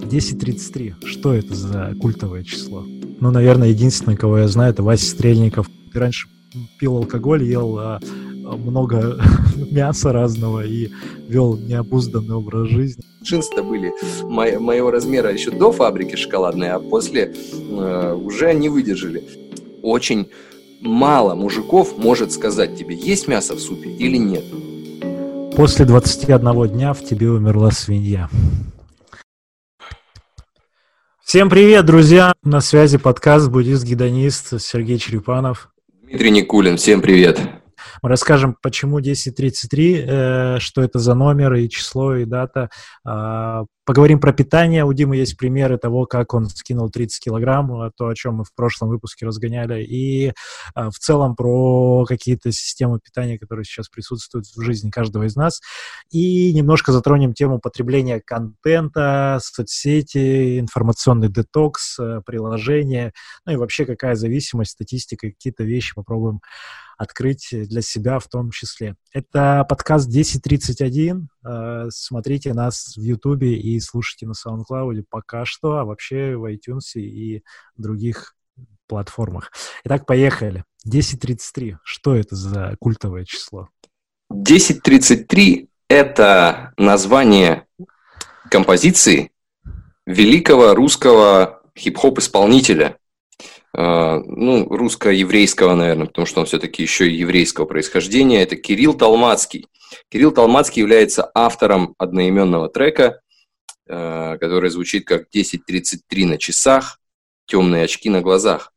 10:33. Что это за культовое число? Ну, наверное, единственное, кого я знаю, это Вася Стрельников. Ты раньше пил алкоголь, ел много мяса разного и вел необузданный образ жизни. Джинсы-то были моего размера еще до фабрики шоколадной, а после уже не выдержали. Очень мало мужиков может сказать тебе, есть мясо в супе или нет. После 21 дня в тебе умерла свинья. Всем привет, друзья! На связи подкаст «Буддист-гедонист» Сергей Черепанов. Дмитрий Никулин, всем привет! Мы расскажем, почему 10:33, что это за номер и число, и дата. Поговорим про питание. У Димы есть примеры того, как он скинул 30 килограмм, то, о чем мы в прошлом выпуске разгоняли. И в целом про какие-то системы питания, которые сейчас присутствуют в жизни каждого из нас. И немножко затронем тему потребления контента, соцсети, информационный детокс, приложения, ну и вообще какая зависимость, статистика, какие-то вещи попробуем открыть для себя в том числе. Это подкаст 10:31. Смотрите нас в Ютубе и слушайте на SoundCloud пока что, а вообще в iTunes и других платформах. Итак, поехали. 10:33. Что это за культовое число? 10:33 – это название композиции великого русского хип-хоп-исполнителя. Русско-еврейского, наверное, потому что он все-таки еще и еврейского происхождения. Это Кирилл Толмацкий. Кирилл Толмацкий является автором одноименного трека, который звучит как 10:33 на часах, темные очки на глазах.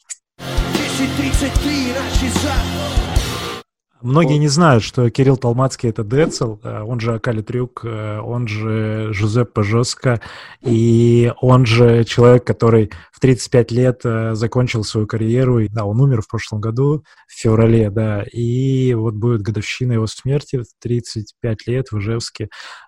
10:33 на часах. Многие не знают, что Кирилл Толмацкий — это Децл, он же Акали Трюк, он же Жузеппе Жестко, и он же человек, который в 35 лет закончил свою карьеру. Да, он умер в прошлом году, в феврале, да, и вот будет годовщина его смерти в 35 лет в Ижевске.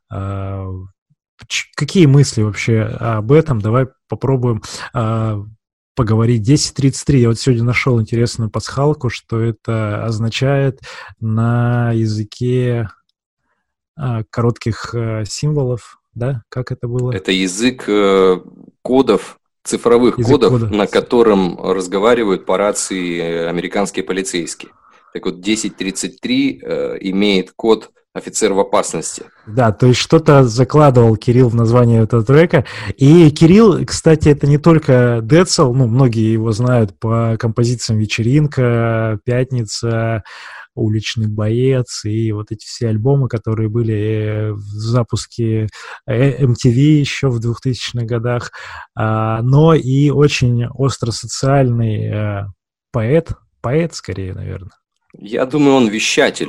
Какие мысли вообще об этом? Давай попробуем поговорить. 10:33. Я вот сегодня нашел интересную пасхалку, что это означает на языке коротких символов, да? Как это было? Это язык кодов, цифровых кодов, на котором разговаривают по рации американские полицейские. Так вот, 10:33 имеет код «Офицер в опасности». Да, то есть что-то закладывал Кирилл в название этого трека. И Кирилл, кстати, это не только Децл, многие его знают по композициям «Вечеринка», «Пятница», «Уличный боец» и вот эти все альбомы, которые были в запуске MTV еще в 2000-х годах, но и очень остросоциальный поэт скорее, наверное. Я думаю, он вещатель.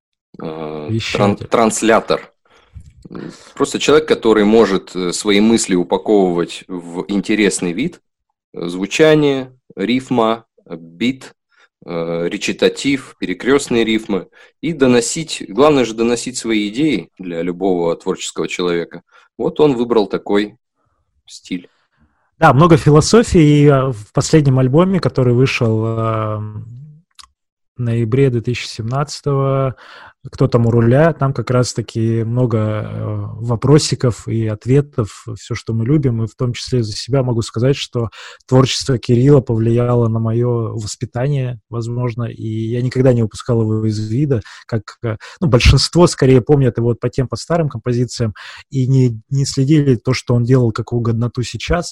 Транслятор. Просто человек, который может свои мысли упаковывать в интересный вид, звучание, рифма, бит, речитатив, перекрестные рифмы, и доносить, главное же доносить свои идеи для любого творческого человека. Вот он выбрал такой стиль. Да, много философии, и в последнем альбоме, который вышел в ноябре 2017-го, «Кто там у руля», там как раз-таки много вопросиков и ответов, все, что мы любим, и в том числе за себя могу сказать, что творчество Кирилла повлияло на мое воспитание, возможно, и я никогда не упускал его из вида, как большинство скорее помнят его по старым композициям и не следили то, что он делал, какую годноту сейчас,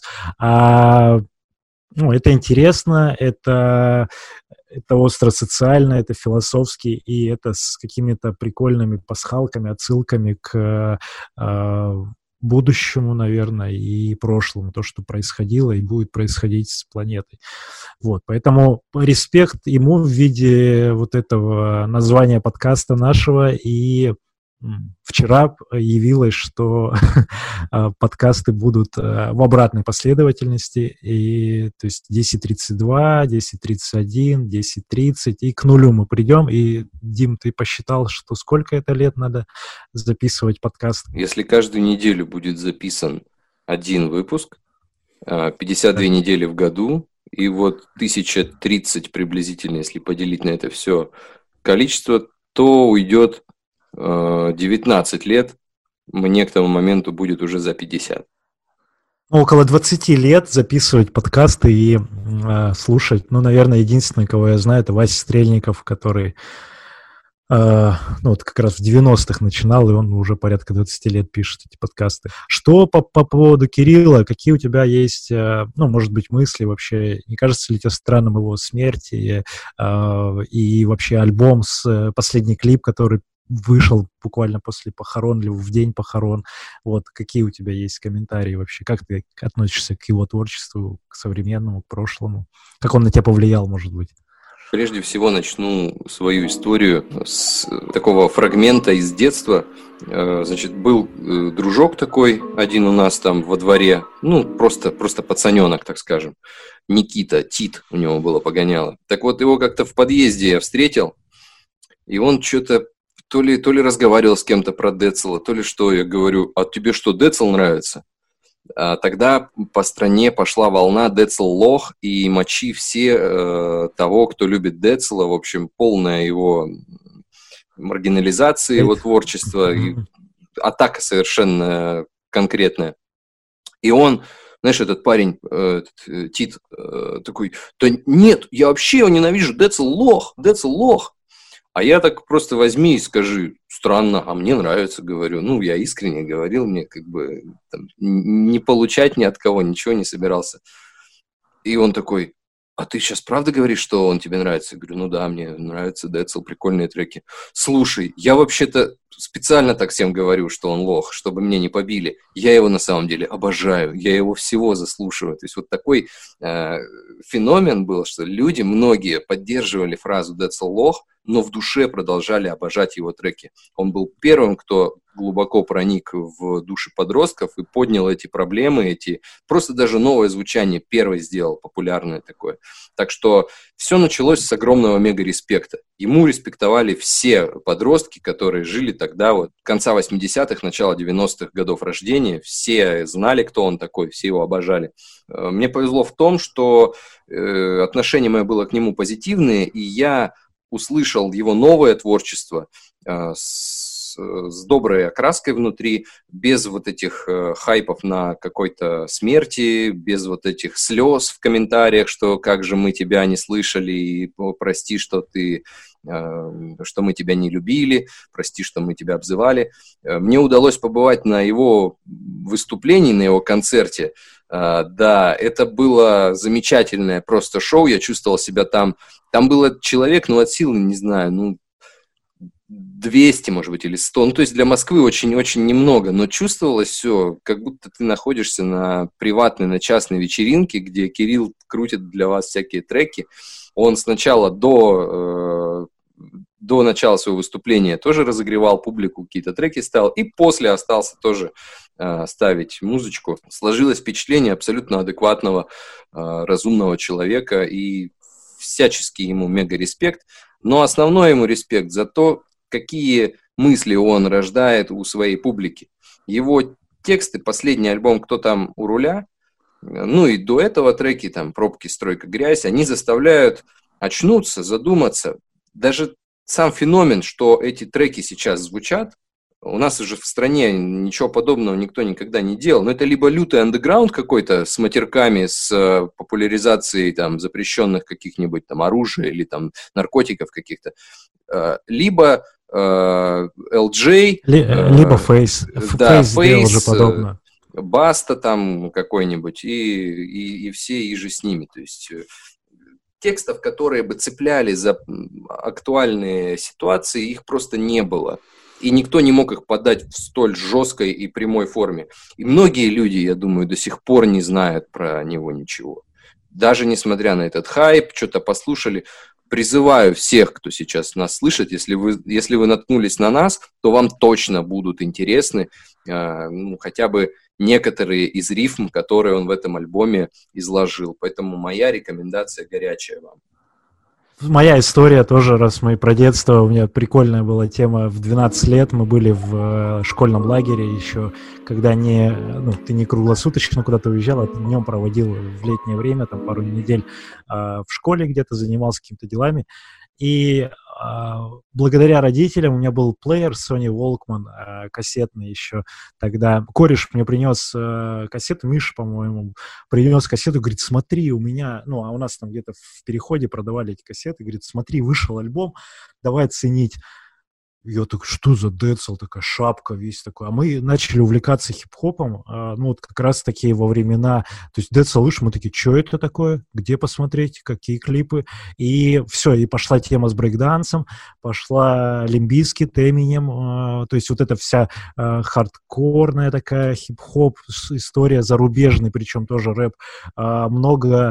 это интересно, это остросоциально, это философски, и это с какими-то прикольными пасхалками, отсылками к будущему, наверное, и прошлому, то, что происходило и будет происходить с планетой. Вот, поэтому респект ему в виде вот этого названия подкаста нашего, и вчера явилось, что подкасты будут в обратной последовательности, и то есть 10:32, 10:31, 10:30, и к нулю мы придем. И, Дим, ты посчитал, что сколько это лет надо записывать подкаст? Если каждую неделю будет записан один выпуск, 52 недели в году, и вот 1030 приблизительно, если поделить на это все количество, то уйдет 19 лет, мне к тому моменту будет уже за 50. Около 20 лет записывать подкасты и слушать. Ну, наверное, единственный, кого я знаю, это Вася Стрельников, который ну, вот как раз в 90-х начинал, и он уже порядка 20 лет пишет эти подкасты. Что по поводу Кирилла? Какие у тебя есть, ну, может быть, мысли вообще? Не кажется ли тебе странным его смерть и вообще альбом, последний клип, который вышел буквально после похорон или в день похорон? Вот, какие у тебя есть комментарии вообще? Как ты относишься к его творчеству, к современному, к прошлому? Как он на тебя повлиял, может быть? Прежде всего начну свою историю с такого фрагмента из детства. Значит, был дружок такой один у нас там во дворе, ну, просто пацаненок, так скажем. Никита, Тит у него было погоняло. Так вот, его как-то в подъезде я встретил, и он что-то то ли разговаривал с кем-то про Децела, то ли что. Я говорю, а тебе что, Децел нравится? Тогда по стране пошла волна Децл лох, и мочи все того, кто любит Децла, в общем, полная его маргинализация его творчества, и атака совершенно конкретная. И он, знаешь, этот парень, Тит, такой, да нет, я вообще его ненавижу, Децл лох, Децл лох. А я так просто возьми и скажи, странно, а мне нравится, говорю. Ну, я искренне говорил, мне как бы там, не получать ни от кого, ничего не собирался. И он такой, а ты сейчас правда говоришь, что он тебе нравится? Я говорю, ну да, мне нравится Децл, прикольные треки. Слушай, я вообще-то специально так всем говорю, что он лох, чтобы мне не побили. Я его на самом деле обожаю, я его всего заслушиваю. То есть вот такой феномен был, что люди, многие поддерживали фразу Децл лох, но в душе продолжали обожать его треки. Он был первым, кто глубоко проник в души подростков и поднял эти проблемы, просто даже новое звучание первый сделал, популярное такое. Так что все началось с огромного мега-респекта. Ему респектовали все подростки, которые жили тогда, вот, конца 80-х, начала 90-х годов рождения. Все знали, кто он такой, все его обожали. Мне повезло в том, что отношение мое было к нему позитивное, и я услышал его новое творчество с доброй окраской внутри, без вот этих хайпов на какой-то смерти, без вот этих слез в комментариях, что как же мы тебя не слышали, и прости, что мы тебя не любили, прости, что мы тебя обзывали. Мне удалось побывать на его выступлении, на его концерте. Да, это было замечательное просто шоу, я чувствовал себя там. Там было человек, от силы, не знаю, 200, может быть, или 100. Ну, то есть для Москвы очень-очень немного, но чувствовалось все, как будто ты находишься на приватной, на частной вечеринке, где Кирилл крутит для вас всякие треки. Он сначала до начала своего выступления тоже разогревал публику, какие-то треки ставил, и после остался тоже ставить музычку. Сложилось впечатление абсолютно адекватного, разумного человека, и всячески ему мега-респект. Но основной ему респект за то, какие мысли он рождает у своей публики. Его тексты, последний альбом «Кто там у руля», ну и до этого треки, там «Пробки, стройка, грязь», они заставляют очнуться, задуматься. Даже сам феномен, что эти треки сейчас звучат, у нас уже в стране ничего подобного никто никогда не делал. Но это либо лютый андеграунд какой-то с матерками, с популяризацией там запрещенных каких-нибудь там оружия или там наркотиков каких-то, либо LJ, либо Фейс. Да, Фейс уже подобно. Баста там какой-нибудь и все и же с ними. То есть текстов, которые бы цепляли за актуальные ситуации, их просто не было. И никто не мог их подать в столь жесткой и прямой форме. И многие люди, я думаю, до сих пор не знают про него ничего. Даже несмотря на этот хайп, что-то послушали. Призываю всех, кто сейчас нас слышит, если вы наткнулись на нас, то вам точно будут интересны хотя бы некоторые из рифм, которые он в этом альбоме изложил. Поэтому моя рекомендация горячая вам. Моя история тоже, раз мы про детство, у меня прикольная была тема. В 12 лет мы были в школьном лагере еще, когда ты не круглосуточно куда-то уезжал, а ты днем проводил в летнее время, там пару недель в школе где-то занимался какими-то делами. И благодаря родителям у меня был плеер Sony Walkman, кассетный еще тогда. Кореш мне принес кассету, Миша, по-моему, принес кассету, говорит, смотри, у меня, ну, а у нас там где-то в Переходе продавали эти кассеты, говорит, смотри, вышел альбом, давай ценить. Я так, что за Децл, такая шапка, весь такой. А мы начали увлекаться хип-хопом, ну, вот как раз-таки во времена, то есть Децл вышел, мы такие, что это такое, где посмотреть, какие клипы, и все, и пошла тема с брейкдансом, пошла Лимп Бизкит, Эминем, то есть вот эта вся хардкорная такая хип-хоп история, зарубежный, причем тоже рэп, много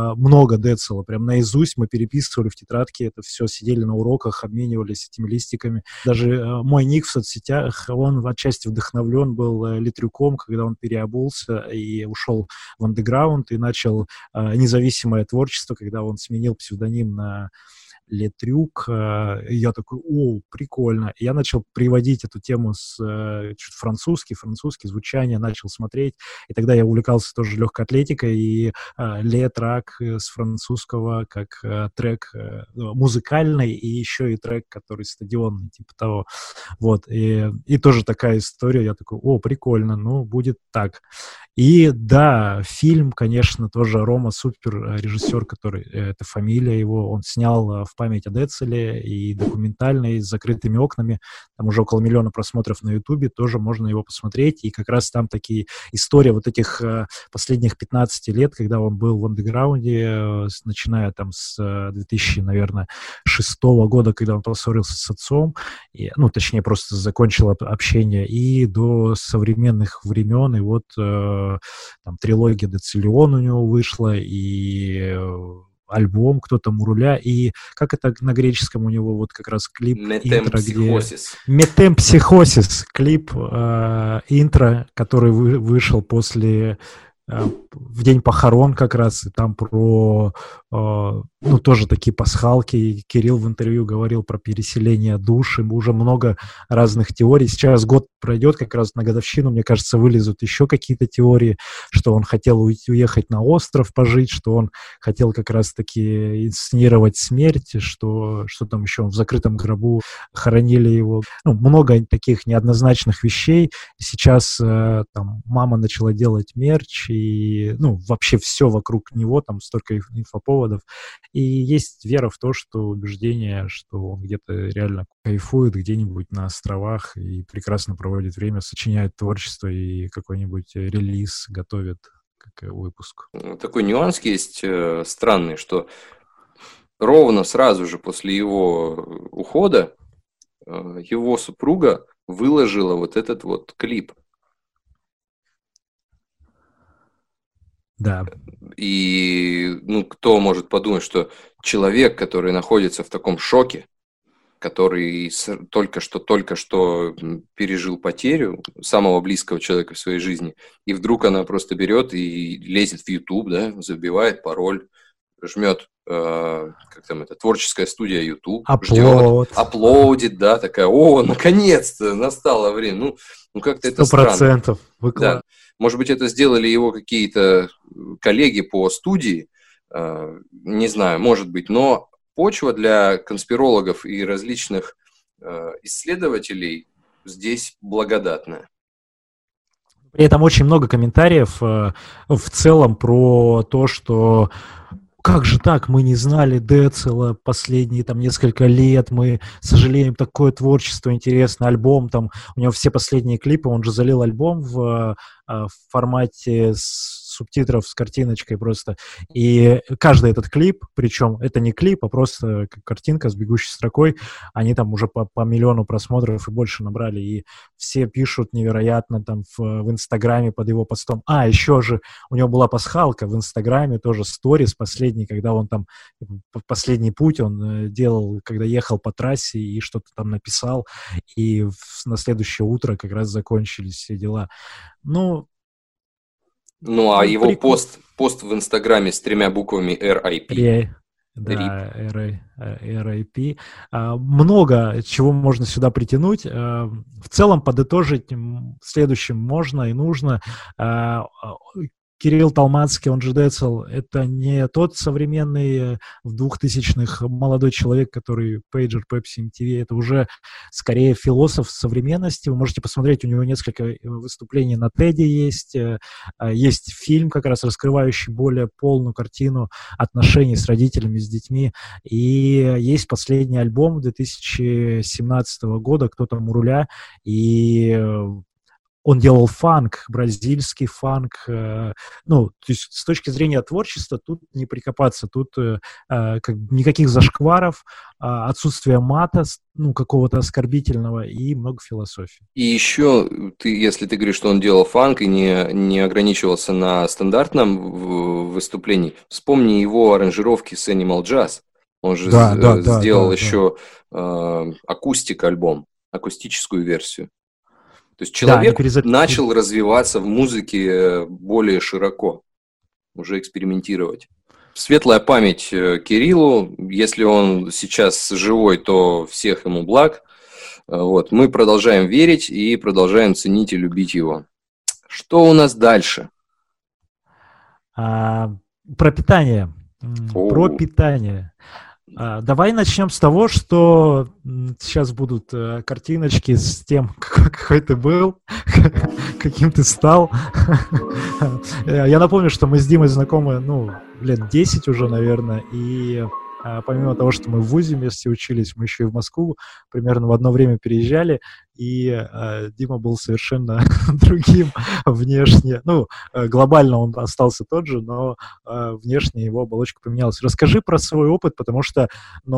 Децла, прям наизусть мы переписывали в тетрадке, это все, сидели на уроках, обменивались этими листиками. Даже мой ник в соцсетях, он отчасти вдохновлен был Литрюком, когда он переобулся и ушел в андеграунд и начал независимое творчество, когда он сменил псевдоним на Литрюк. И я такой, о, прикольно. И я начал приводить эту тему с чуть французский звучание, начал смотреть. И тогда я увлекался тоже легкой атлетикой, и Ле-трак с французского как трек музыкальный, и еще и трек, который стадионный, типа того. Вот. И тоже такая история. Я такой, о, прикольно, ну, будет так. И да, фильм, конечно, тоже Рома Супер, режиссер, который, это фамилия его, он снял в память о Децеле и документальный с закрытыми окнами, там уже около 1 миллиона просмотров на Ютубе, тоже можно его посмотреть, и как раз там такие истории вот этих последних 15 лет, когда он был в андеграунде, начиная там с 2000, наверное, 2006 года, когда он поссорился с отцом, и, ну, точнее, просто закончил общение, и до современных времен, и вот там трилогия Децелион у него вышла, и альбом «Кто там у руля», и как это на греческом у него вот как раз клип интро, где... Метемпсихосис, клип интро, который вышел после... в день похорон как раз, и там про, ну, тоже такие пасхалки, и Кирилл в интервью говорил про переселение душ, и уже много разных теорий. Сейчас год пройдет, как раз на годовщину, мне кажется, вылезут еще какие-то теории, что он хотел уехать на остров пожить, что он хотел как раз-таки инсценировать смерть, что там еще в закрытом гробу хоронили его. Ну, много таких неоднозначных вещей. Сейчас там мама начала делать мерч, и, ну, вообще все вокруг него, там столько инфоповодов. И есть вера в то, что убеждение, что он где-то реально кайфует где-нибудь на островах и прекрасно проводит время, сочиняет творчество и какой-нибудь релиз готовит как выпуск. Такой нюанс есть странный, что ровно сразу же после его ухода его супруга выложила вот этот вот клип. Да. И, ну, кто может подумать, что человек, который находится в таком шоке, который только что пережил потерю самого близкого человека в своей жизни, и вдруг она просто берет и лезет в YouTube, да, забивает пароль, жмет, как там это, творческая студия YouTube, ждет, аплодит, да, такая, о, наконец-то настало время. Ну как-то это странно. 100% Да. Может быть, это сделали его какие-то коллеги по студии, не знаю, может быть, но почва для конспирологов и различных исследователей здесь благодатная. При этом очень много комментариев в целом про то, что как же так, мы не знали Децела последние там несколько лет, мы сожалеем, такое творчество интересное, альбом там, у него все последние клипы, он же залил альбом в формате субтитров с картиночкой просто. И каждый этот клип, причем это не клип, а просто картинка с бегущей строкой, они там уже по 1 миллиону просмотров и больше набрали. И все пишут невероятно там в Инстаграме под его постом. А, еще же у него была пасхалка в Инстаграме, тоже сторис последний, когда он там, последний путь он делал, когда ехал по трассе и что-то там написал, и на следующее утро как раз закончились все дела. Ну, а его пост в Инстаграме с 3 буквами RIP. Да, RIP. Много чего можно сюда притянуть. В целом подытожить следующим можно и нужно. Кирилл Толмацкий, он же Децл, это не тот современный в 2000-х молодой человек, который пейджер Pepsi MTV, это уже скорее философ современности. Вы можете посмотреть, у него несколько выступлений на Теде есть. Есть фильм, как раз раскрывающий более полную картину отношений с родителями, с детьми. И есть последний альбом 2017 года «Кто там у руля», и он делал фанк, бразильский фанк. Ну, то есть с точки зрения творчества тут не прикопаться, тут никаких зашкваров, отсутствие мата, ну, какого-то оскорбительного и много философии. И еще, если ты говоришь, что он делал фанк и не ограничивался на стандартном выступлении, вспомни его аранжировки с Animal Jazz. Он же сделал еще акустик-альбом, акустическую версию. То есть человек начал развиваться в музыке более широко, уже экспериментировать. Светлая память Кириллу. Если он сейчас живой, то всех ему благ. Вот. Мы продолжаем верить и продолжаем ценить и любить его. Что у нас дальше? Про питание. Про питание. Давай начнем с того, что сейчас будут картиночки с тем, какой ты был, каким ты стал. Я напомню, что мы с Димой знакомы, лет 10 уже, наверное, и помимо того, что мы в вузе вместе учились, мы еще и в Москву примерно в одно время переезжали, и Дима был совершенно другим внешне. Глобально он остался тот же, но внешне его оболочка поменялась. Расскажи про свой опыт, потому что,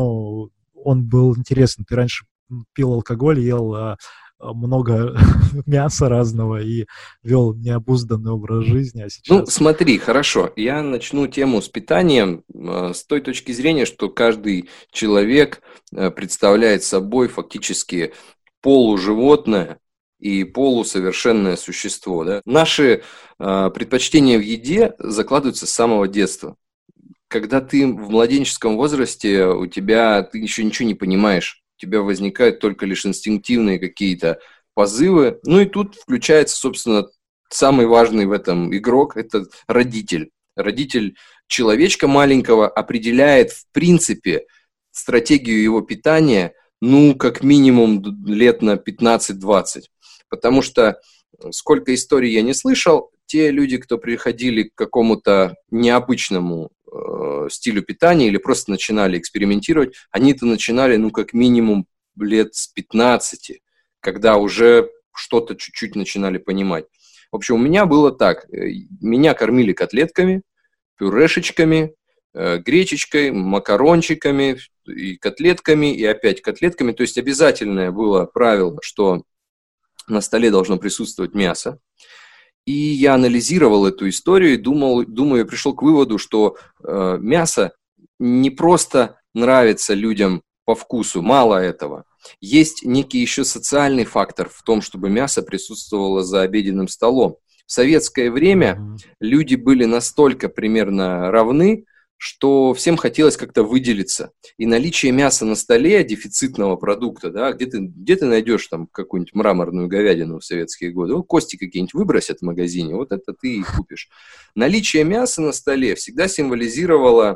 он был интересный. Ты раньше пил алкоголь, ел много мяса разного и вел необузданный образ жизни, а сейчас... Смотри, хорошо, я начну тему с питанием с той точки зрения, что каждый человек представляет собой фактически полуживотное и полусовершенное существо. Да? Наши предпочтения в еде закладываются с самого детства. Когда ты в младенческом возрасте, ты еще ничего не понимаешь. У тебя возникают только лишь инстинктивные какие-то позывы. И тут включается, собственно, самый важный в этом игрок – это родитель. Родитель человечка маленького определяет, в принципе, стратегию его питания, как минимум лет на 15-20. Потому что, сколько историй я не слышал, те люди, кто приходили к какому-то необычному стилю питания или просто начинали экспериментировать, они-то начинали, как минимум, лет с 15, когда уже что-то чуть-чуть начинали понимать. В общем, у меня было так. Меня кормили котлетками, пюрешечками, гречечкой, макарончиками, и котлетками, и опять котлетками. То есть обязательное было правило, что на столе должно присутствовать мясо. И я анализировал эту историю и думаю, пришел к выводу, что мясо не просто нравится людям по вкусу, мало этого. Есть некий еще социальный фактор в том, чтобы мясо присутствовало за обеденным столом. В советское время люди были настолько примерно равны, что всем хотелось как-то выделиться. И наличие мяса на столе, дефицитного продукта, да, где ты найдешь там какую-нибудь мраморную говядину в советские годы, кости какие-нибудь выбросят в магазине, вот это ты и купишь. Наличие мяса на столе всегда символизировало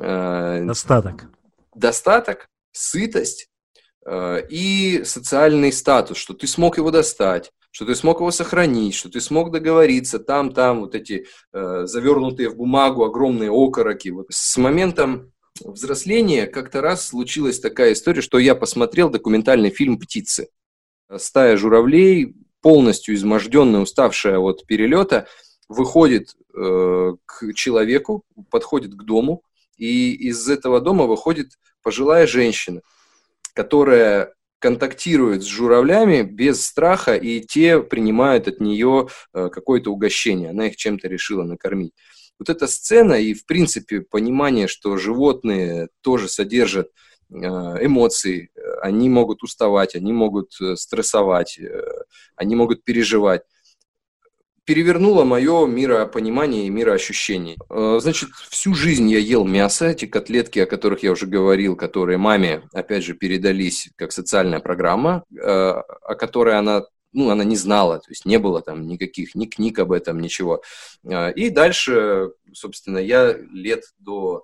достаток, сытость и социальный статус, что ты смог его достать, что ты смог его сохранить, что ты смог договориться, там вот эти завернутые в бумагу огромные окороки. Вот. С моментом взросления как-то раз случилась такая история, что я посмотрел документальный фильм «Птицы». Стая журавлей, полностью изможденная, уставшая от перелета, выходит к человеку, подходит к дому, и из этого дома выходит пожилая женщина, которая контактирует с журавлями без страха, и те принимают от нее какое-то угощение. Она их чем-то решила накормить. Вот эта сцена и, в принципе, понимание, что животные тоже содержат эмоции, они могут уставать, они могут стрессовать, они могут переживать, перевернуло мое миропонимание и мироощущение. Значит, всю жизнь я ел мясо, эти котлетки, о которых я уже говорил, которые маме, опять же, передались как социальная программа, о которой она ну, она не знала, то есть не было там никаких ни книг об этом, ничего. И дальше, собственно, я лет до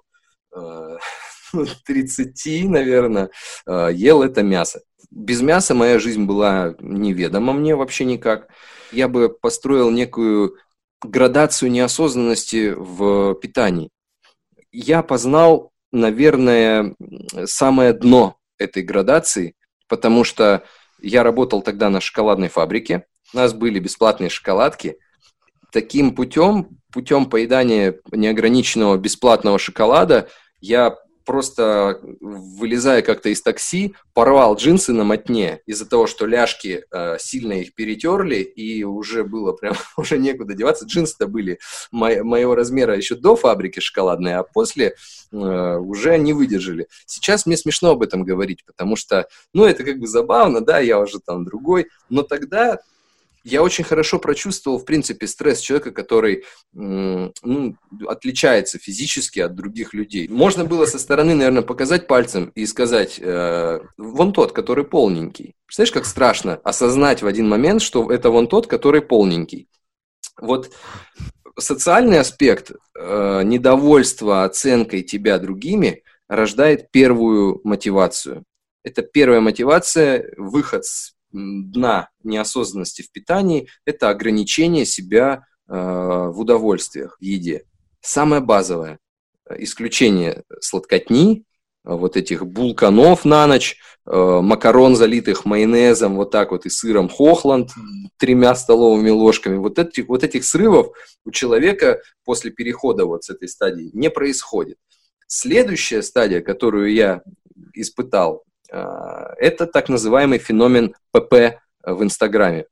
30, наверное, ел это мясо. Без мяса моя жизнь была неведома мне вообще никак. Я бы построил некую градацию неосознанности в питании. Я познал, наверное, самое дно этой градации, потому что я работал тогда на шоколадной фабрике, у нас были бесплатные шоколадки. Таким путем поедания неограниченного бесплатного шоколада, я просто, вылезая как-то из такси, порвал джинсы на мотне из-за того, что ляжки сильно их перетерли, и уже было прям, уже некуда деваться. Джинсы-то были моего размера еще до фабрики шоколадной, а после уже не выдержали. Сейчас мне смешно об этом говорить, потому что, ну, это как бы забавно, да, я уже там другой, но тогда я очень хорошо прочувствовал, в принципе, стресс человека, который отличается физически от других людей. Можно было со стороны, наверное, показать пальцем и сказать, вон тот, который полненький. Представляешь, как страшно осознать в один момент, что это вон тот, который полненький. Вот социальный аспект недовольства оценкой тебя другими рождает первую мотивацию. Это первая мотивация, выход с дна неосознанности в питании – это ограничение себя в удовольствиях, в еде. Самое базовое – исключение сладкотни, вот этих булканов на ночь, макарон, залитых майонезом, вот так вот и сыром Хохланд 3 столовыми ложками. Вот этих срывов у человека после перехода вот с этой стадии не происходит. Следующая стадия, которую я испытал, это так называемый феномен ПП в Инстаграме.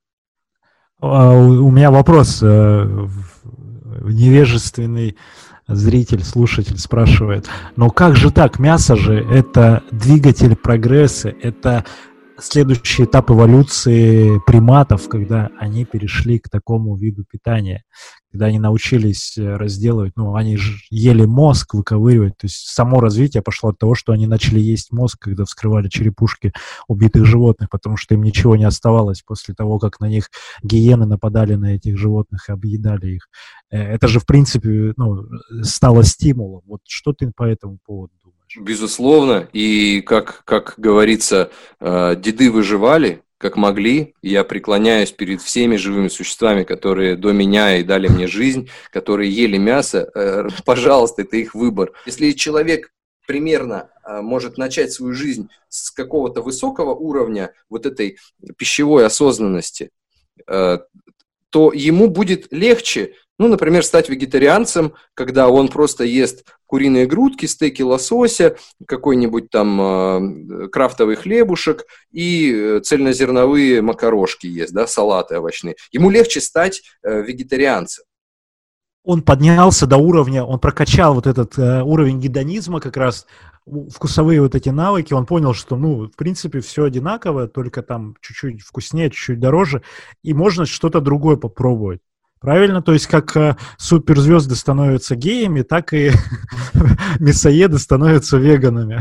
У меня вопрос. Невежественный зритель, слушатель спрашивает, но как же так? Мясо же это двигатель прогресса, это следующий этап эволюции приматов, когда они перешли к такому виду питания, когда они научились разделывать, ну, они же ели мозг, выковыривать, то есть само развитие пошло от того, что они начали есть мозг, когда вскрывали черепушки убитых животных, потому что им ничего не оставалось после того, как на них гиены нападали на этих животных и объедали их. Это же, в принципе, ну, стало стимулом. Вот что ты по этому поводу думаешь? Безусловно, и как говорится, деды выживали, как могли. Я преклоняюсь перед всеми живыми существами, которые до меня и дали мне жизнь, которые ели мясо. Пожалуйста, это их выбор. Если человек примерно может начать свою жизнь с какого-то высокого уровня вот этой пищевой осознанности, то ему будет легче, ну, например, стать вегетарианцем, когда он просто ест куриные грудки, стейки лосося, какой-нибудь там крафтовый хлебушек и цельнозерновые макарошки ест, да, салаты овощные. Ему легче стать вегетарианцем. Он поднялся до уровня, он прокачал вот этот уровень гедонизма, как раз вкусовые вот эти навыки, он понял, что, ну, в принципе, все одинаково, только там чуть-чуть вкуснее, чуть-чуть дороже, и можно что-то другое попробовать. Правильно? То есть, как суперзвезды становятся геями, так и мясоеды становятся веганами.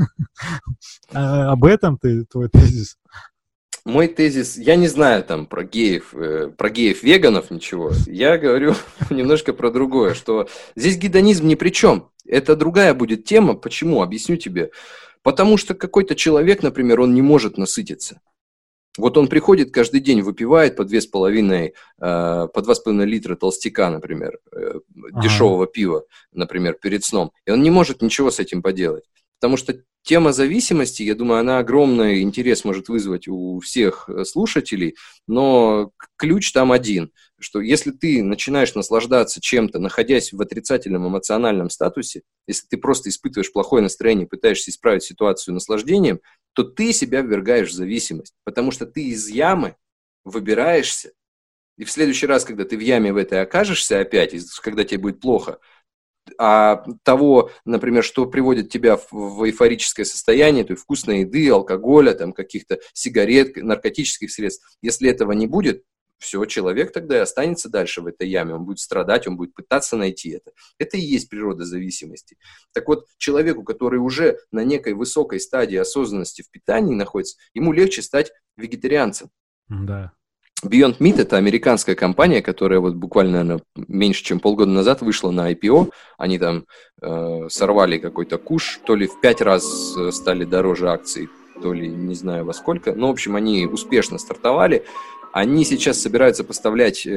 Об этом твой тезис? Мой тезис, я не знаю там про геев-веганов ничего, я говорю немножко про другое, что здесь гедонизм ни при чем, это другая будет тема, почему, объясню тебе, потому что какой-то человек, например, он не может насытиться. Вот он приходит каждый день, выпивает по 2,5 литра толстяка, например, дешевого пива, например, перед сном, и он не может ничего с этим поделать. Потому что тема зависимости, я думаю, она огромный интерес может вызвать у всех слушателей, но ключ там один, что если ты начинаешь наслаждаться чем-то, находясь в отрицательном эмоциональном статусе, если ты просто испытываешь плохое настроение, пытаешься исправить ситуацию наслаждением, то ты себя ввергаешь в зависимость, потому что ты из ямы выбираешься, и в следующий раз, когда ты в яме в этой окажешься опять, когда тебе будет плохо, а того, например, что приводит тебя в эйфорическое состояние, то есть вкусной еды, алкоголя, там, каких-то сигарет, наркотических средств, если этого не будет, все, человек тогда и останется дальше в этой яме, он будет страдать, он будет пытаться найти это. Это и есть природа зависимости. Так вот, человеку, который уже на некой высокой стадии осознанности в питании находится, ему легче стать вегетарианцем. Да. Beyond Meat – это американская компания, которая вот буквально, наверное, меньше, чем полгода назад вышла на IPO. Они там сорвали какой-то куш, то ли в 5 раз стали дороже акций, то ли не знаю во сколько. Но, в общем, они успешно стартовали. Они сейчас собираются поставлять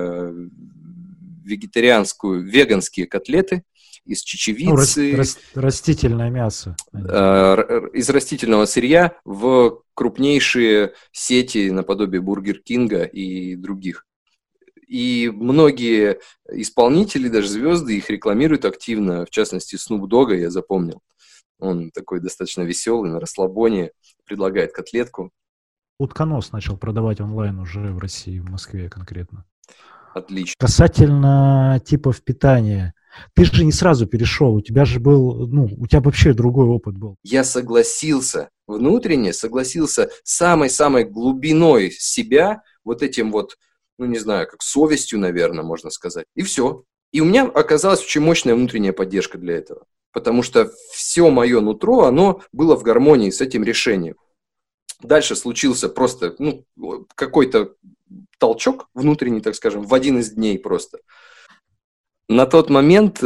веганские котлеты из чечевицы, растительное мясо. Из растительного сырья в крупнейшие сети наподобие Бургер Кинга и других. И многие исполнители, даже звезды, их рекламируют активно. В частности, Snoop Dogg я запомнил. Он такой достаточно веселый, на расслабоне, предлагает котлетку. Утконос начал продавать онлайн уже в России, в Москве конкретно. Отлично. Касательно типов питания. Ты же не сразу перешел, у тебя же был, у тебя вообще другой опыт был. Я согласился, внутренне согласился самой-самой глубиной себя, вот этим вот, не знаю, как совестью, наверное, можно сказать. И все. И у меня оказалась очень мощная внутренняя поддержка для этого. Потому что все мое нутро, оно было в гармонии с этим решением. Дальше случился просто, какой-то толчок внутренний, так скажем, в один из дней просто. На тот момент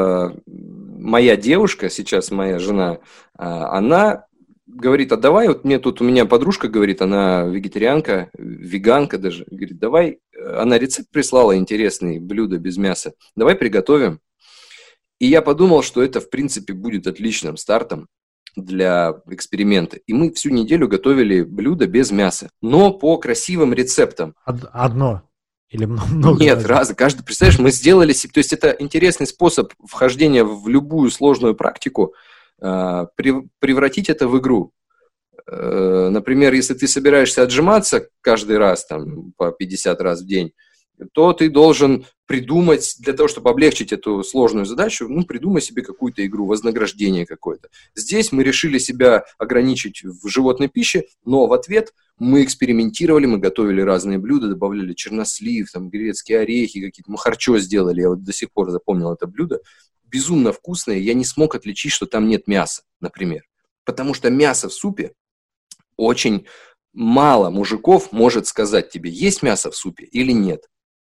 моя девушка, сейчас моя жена, она говорит, а давай, вот мне тут, у меня подружка говорит, она вегетарианка, веганка даже, говорит, давай, она рецепт прислала интересный, блюдо без мяса, давай приготовим. И я подумал, что это, в принципе, будет отличным стартом для эксперимента. И мы всю неделю готовили блюдо без мяса, но по красивым рецептам. Одно? Или много? Нет, разных. Каждый, представляешь, мы сделали себе... То есть это интересный способ вхождения в любую сложную практику, превратить это в игру. Например, если ты собираешься отжиматься каждый раз, там, по 50 раз в день, то ты должен придумать, для того, чтобы облегчить эту сложную задачу, придумай себе какую-то игру, вознаграждение какое-то. Здесь мы решили себя ограничить в животной пище, но в ответ мы экспериментировали, мы готовили разные блюда, добавляли чернослив, там, грецкие орехи какие-то, махарчо сделали, я вот до сих пор запомнил это блюдо. Безумно вкусное, я не смог отличить, что там нет мяса, например. Потому что мясо в супе очень мало мужиков может сказать тебе, есть мясо в супе или нет.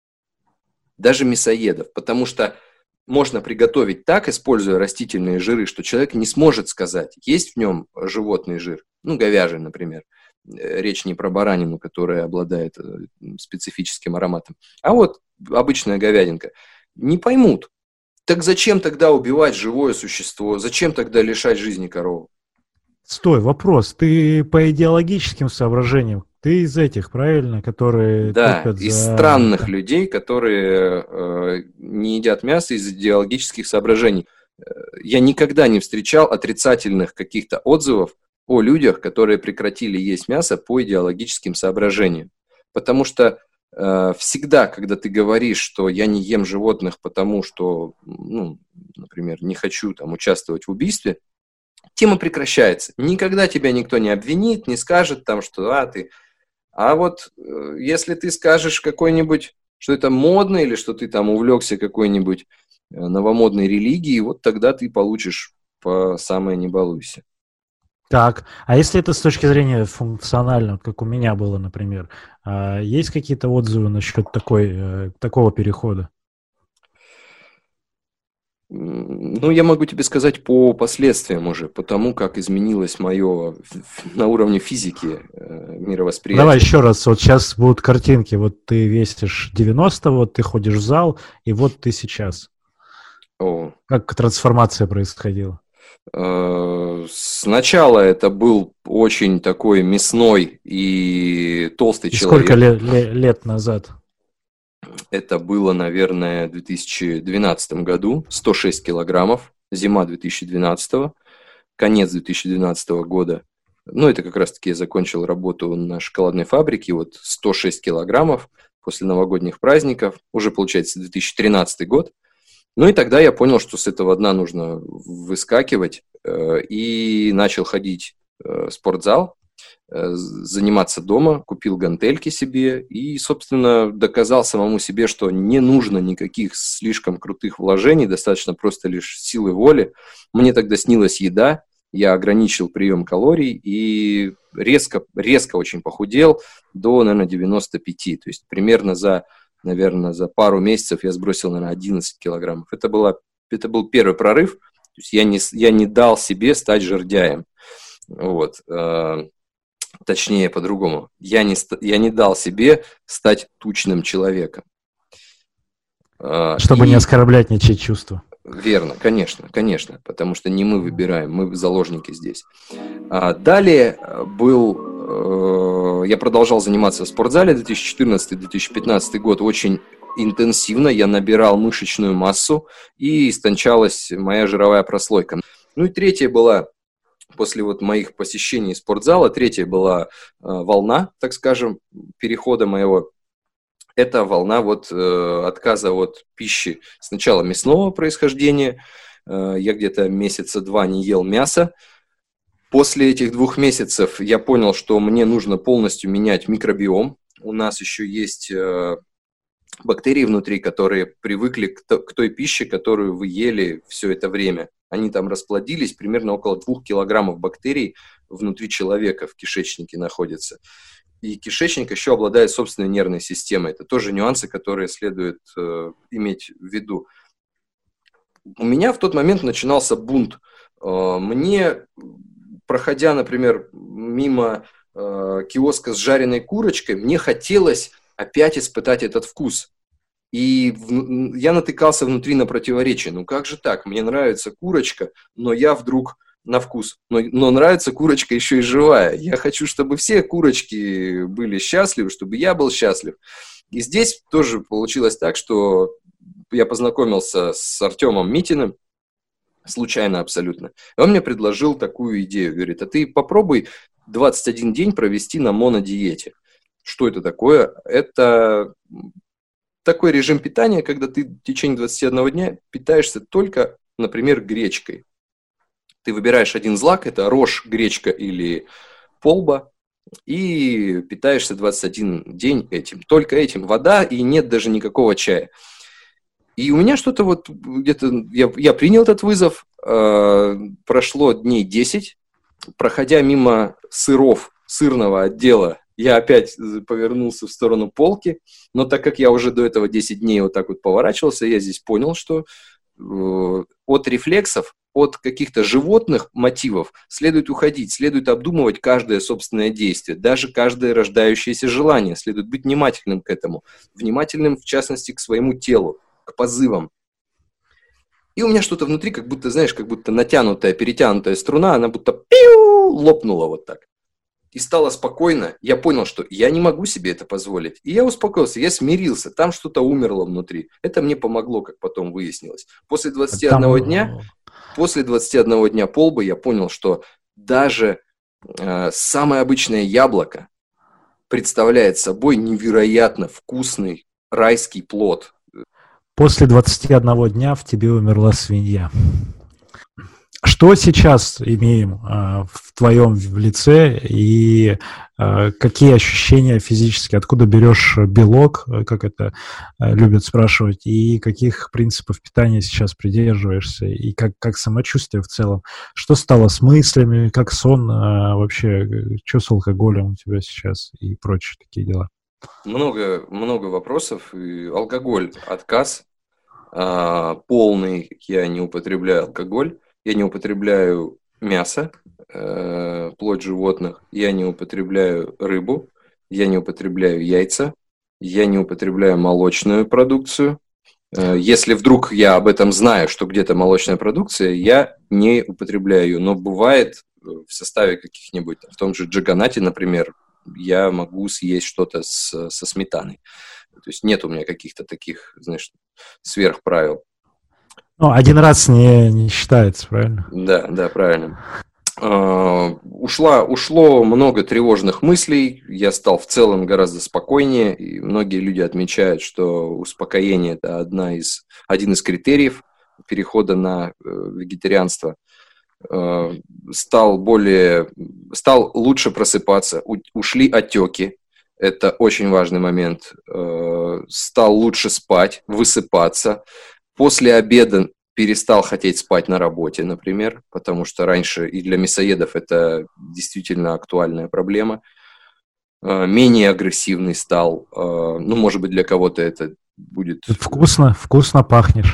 Даже мясоедов, потому что можно приготовить так, используя растительные жиры, что человек не сможет сказать, есть в нем животный жир, говяжий, например. Речь не про баранину, которая обладает специфическим ароматом, а вот обычная говядинка. Не поймут. Так зачем тогда убивать живое существо? Зачем тогда лишать жизни корову? Стой, вопрос. Ты по идеологическим соображениям, ты из этих, правильно, которые... Да, из странных людей, которые не едят мясо из идеологических соображений. Я никогда не встречал отрицательных каких-то отзывов о людях, которые прекратили есть мясо по идеологическим соображениям. Потому что всегда, когда ты говоришь, что я не ем животных, потому что, например, не хочу там участвовать в убийстве, тема прекращается. Никогда тебя никто не обвинит, не скажет там, что ты... А вот если ты скажешь какой-нибудь, что это модно, или что ты там увлекся какой-нибудь новомодной религией, вот тогда ты получишь по самое не балуйся. Так, а если это с точки зрения функционально, как у меня было, например, есть какие-то отзывы насчет такого перехода? Я могу тебе сказать по последствиям уже, по тому, как изменилось мое на уровне физики мировосприятие. Давай еще раз, вот сейчас будут картинки, вот ты весишь 90, вот ты ходишь в зал, и вот ты сейчас. Как трансформация происходила? Сначала это был очень такой мясной и толстый человек. Сколько лет назад? Это было, наверное, в 2012 году, 106 килограммов, зима 2012, конец 2012 года. Это как раз-таки я закончил работу на шоколадной фабрике, 106 килограммов после новогодних праздников, уже получается 2013 год. И тогда я понял, что с этого дна нужно выскакивать, и начал ходить в спортзал, заниматься дома, купил гантельки себе и, собственно, доказал самому себе, что не нужно никаких слишком крутых вложений, достаточно просто лишь силы воли. Мне тогда снилась еда, я ограничил прием калорий и резко очень похудел до, наверное, 95. То есть примерно за пару месяцев я сбросил, наверное, 11 килограммов. Это был первый прорыв. То есть я не дал себе стать жирдяем. Вот. Точнее, по-другому. Я не дал себе стать тучным человеком. Чтобы не оскорблять ничьи чувства. Верно, конечно, потому что не мы выбираем, мы заложники здесь. Далее я продолжал заниматься в спортзале 2014-2015 год очень интенсивно, я набирал мышечную массу и истончалась моя жировая прослойка. Ну и третья была, после вот моих посещений спортзала, третья была волна, так скажем, перехода моего. Это волна отказа от пищи сначала мясного происхождения. Я где-то месяца 2 не ел мяса. После этих 2 месяцев я понял, что мне нужно полностью менять микробиом. У нас еще есть бактерии внутри, которые привыкли к той пище, которую вы ели все это время. Они там расплодились, примерно около 2 килограммов бактерий внутри человека в кишечнике находится. И кишечник еще обладает собственной нервной системой. Это тоже нюансы, которые следует иметь в виду. У меня в тот момент начинался бунт. Мне, проходя, например, мимо киоска с жареной курочкой, мне хотелось опять испытать этот вкус. И я натыкался внутри на противоречие. Ну как же так? Мне нравится курочка, но я вдруг на вкус. Но нравится курочка еще и живая. Я хочу, чтобы все курочки были счастливы, чтобы я был счастлив. И здесь тоже получилось так, что я познакомился с Артемом Митиным, случайно абсолютно. И он мне предложил такую идею. Говорит, а ты попробуй 21 день провести на монодиете. Что это такое? Это такой режим питания, когда ты в течение 21 дня питаешься только, например, гречкой. Ты выбираешь один злак, это рожь, гречка или полба, и питаешься 21 день этим. Только этим. Вода, и нет даже никакого чая. И у меня что-то вот где-то... Я принял этот вызов, прошло дней 10, проходя мимо сырного отдела, я опять повернулся в сторону полки, но так как я уже до этого 10 дней вот так вот поворачивался, я здесь понял, что от рефлексов, от каких-то животных мотивов следует уходить, следует обдумывать каждое собственное действие, даже каждое рождающееся желание, следует быть внимательным к этому, внимательным в частности к своему телу, к позывам. И у меня что-то внутри, как будто, знаешь, как будто натянутая, перетянутая струна, она будто лопнула вот так. И стало спокойно, я понял, что я не могу себе это позволить. И я успокоился, я смирился, там что-то умерло внутри. Это мне помогло, как потом выяснилось. После 21 дня полбы я понял, что даже самое обычное яблоко представляет собой невероятно вкусный райский плод. После 21 дня в тебе умерла свинья. Что сейчас имеем в твоем лице и какие ощущения физические? Откуда берешь белок, как это любят спрашивать, и каких принципов питания сейчас придерживаешься, и как самочувствие в целом? Что стало с мыслями, как сон вообще, что с алкоголем у тебя сейчас и прочие такие дела? Много вопросов. И алкоголь, отказ полный, я не употребляю алкоголь. Я не употребляю мясо, плоть животных, я не употребляю рыбу, я не употребляю яйца, я не употребляю молочную продукцию. Если вдруг я об этом знаю, что где-то молочная продукция, я не употребляю ее. Но бывает в составе каких-нибудь, в том же джаганате, например, я могу съесть что-то со сметаной. То есть нет у меня каких-то таких, знаешь, сверхправил. Ну, один раз не считается, правильно? Да, правильно. Ушло много тревожных мыслей, я стал в целом гораздо спокойнее, и многие люди отмечают, что успокоение – это один из критериев перехода на вегетарианство. Стал лучше просыпаться, ушли отеки, это очень важный момент, стал лучше спать, высыпаться. После обеда перестал хотеть спать на работе, например, потому что раньше и для мясоедов это действительно актуальная проблема. Менее агрессивный стал. Ну, может быть, для кого-то это будет... Вкусно пахнешь.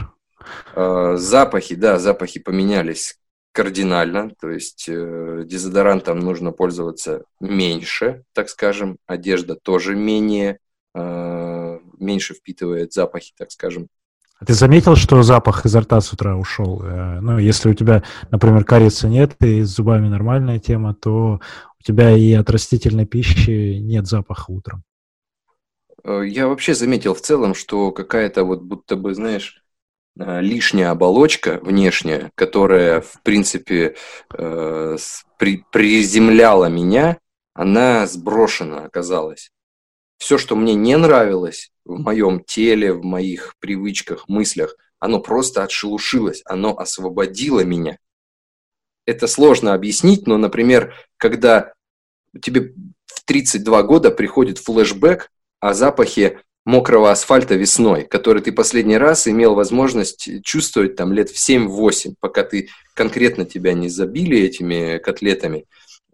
Запахи поменялись кардинально, то есть дезодорантом нужно пользоваться меньше, так скажем, одежда тоже меньше впитывает запахи, так скажем. А ты заметил, что запах изо рта с утра ушел? Ну, если у тебя, например, кариеса нет и с зубами нормальная тема, то у тебя и от растительной пищи нет запаха утром. Я вообще заметил в целом, что какая-то вот будто бы, знаешь, лишняя оболочка внешняя, которая, в принципе, приземляла меня, она сброшена оказалась. Все, что мне не нравилось в моем теле, в моих привычках, мыслях, оно просто отшелушилось, оно освободило меня. Это сложно объяснить, но, например, когда тебе в 32 года приходит флешбэк о запахе мокрого асфальта весной, который ты последний раз имел возможность чувствовать там лет в 7-8, пока ты конкретно тебя не забили этими котлетами,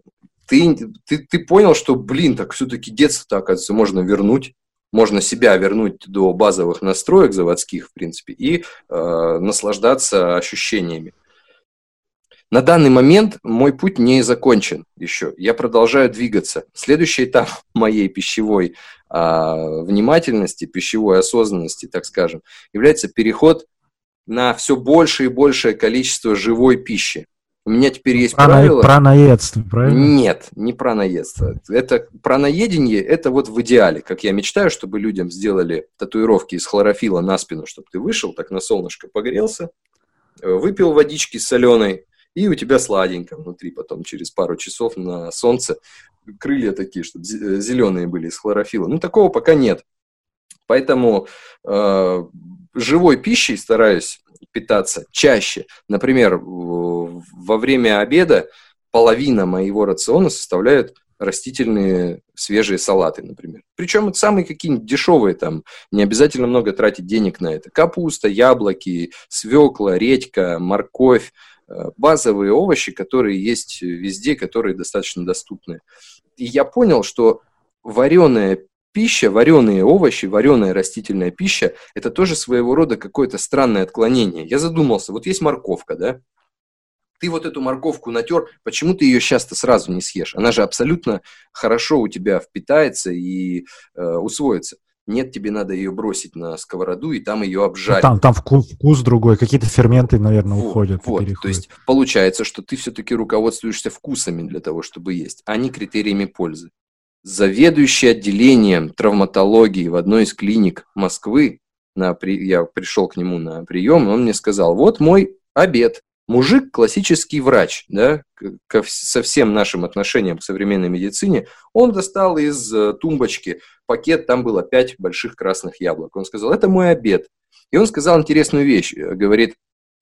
ты понял, что, так все-таки детство-то, оказывается, можно вернуть, можно себя вернуть до базовых настроек заводских, в принципе, и наслаждаться ощущениями. На данный момент мой путь не закончен еще. Я продолжаю двигаться. Следующий этап моей пищевой внимательности, пищевой осознанности, так скажем, является переход на все большее и большее количество живой пищи. У меня теперь есть правило... Праноедство, правильно? Нет, не праноедство. Это праноедение, это вот в идеале, как я мечтаю, чтобы людям сделали татуировки из хлорофилла на спину, чтобы ты вышел, так на солнышко погрелся, выпил водички соленой, и у тебя сладенько внутри потом через пару часов на солнце крылья такие, чтобы зеленые были из хлорофилла. Ну, такого пока нет. Поэтому живой пищей стараюсь питаться чаще. Например, во время обеда половина моего рациона составляют растительные свежие салаты, например. Причем это самые какие-нибудь дешевые, там, не обязательно много тратить денег на это. Капуста, яблоки, свекла, редька, морковь. Базовые овощи, которые есть везде, которые достаточно доступны. И я понял, что вареная пища, вареные овощи, вареная растительная пища – это тоже своего рода какое-то странное отклонение. Я задумался, вот есть морковка, да? Ты вот эту морковку натер, почему ты ее сейчас-то сразу не съешь? Она же абсолютно хорошо у тебя впитается и усвоится. Нет, тебе надо ее бросить на сковороду и там ее обжарить. Там вкус другой, какие-то ферменты, наверное, уходят. Вот. То есть получается, что ты все-таки руководствуешься вкусами для того, чтобы есть, а не критериями пользы. Заведующий отделением травматологии в одной из клиник Москвы, я пришел к нему на прием, он мне сказал, вот мой обед. Мужик, классический врач, да, со всем нашим отношением к современной медицине, он достал из тумбочки пакет, там было 5 больших красных яблок. Он сказал, это мой обед. И он сказал интересную вещь, говорит,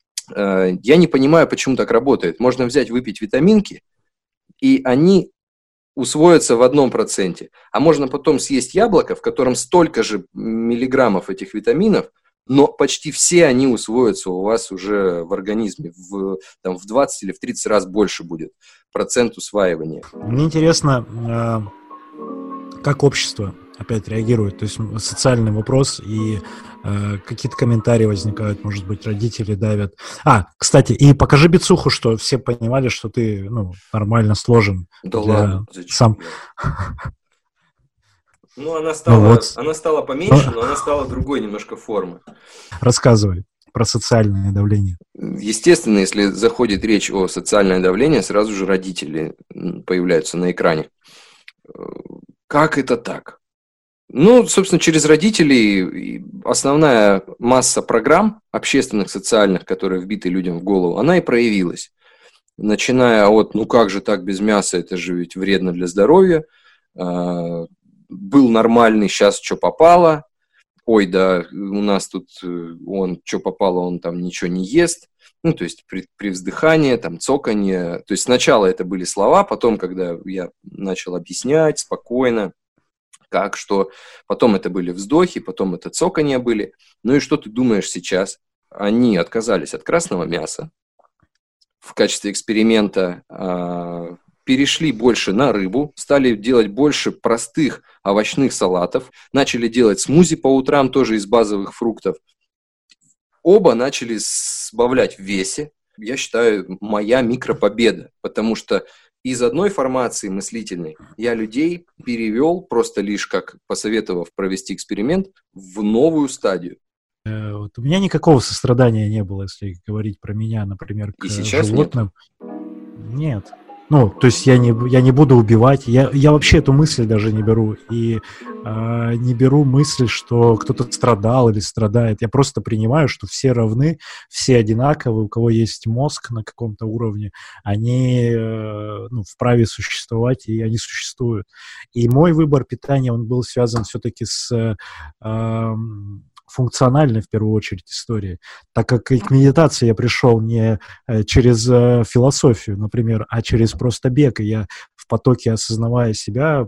я не понимаю, почему так работает. Можно взять, выпить витаминки, и они усвоятся в 1%. А можно потом съесть яблоко, в котором столько же миллиграммов этих витаминов, но почти все они усвоятся у вас уже в организме. В 20 или в 30 раз больше будет процент усваивания. Мне интересно, как общество опять реагирует. То есть социальный вопрос и какие-то комментарии возникают, может быть, родители давят. Кстати, и покажи бицуху, что все понимали, что ты нормально сложен. Да ладно, зачем? Она стала поменьше, но она стала другой немножко формы. Рассказывай про социальное давление. Естественно, если заходит речь о социальном давлении, сразу же родители появляются на экране. Как это так? Собственно, через родителей основная масса программ общественных, социальных, которые вбиты людям в голову, она и проявилась. Начиная от, как же так без мяса, это же ведь вредно для здоровья, был нормальный, сейчас что попало, ой, да, у нас тут он, что попало, он там ничего не ест, то есть при вздыхании, там, цоканье, то есть сначала это были слова, потом, когда я начал объяснять спокойно, как, что, потом это были вздохи, потом это цоканье были, и что ты думаешь сейчас? они отказались от красного мяса, в качестве эксперимента перешли больше на рыбу, стали делать больше простых овощных салатов, начали делать смузи по утрам тоже из базовых фруктов. Оба начали сбавлять в весе. Я считаю, моя микропобеда, потому что из одной формации мыслительной я людей перевел, просто лишь как посоветовав провести эксперимент, в новую стадию. Вот у меня никакого сострадания не было, если говорить про меня, например, к животным. Нет. Ну, то есть я не буду убивать. Я вообще эту мысль даже не беру. И не беру мысль, что кто-то страдал или страдает. Я просто принимаю, что все равны, все одинаковы, у кого есть мозг на каком-то уровне, они вправе существовать, и они существуют. И мой выбор питания, он был связан все-таки с функциональной, в первую очередь, истории. Так как и к медитации я пришел не через философию, например, а через просто бег. И я в потоке, осознавая себя,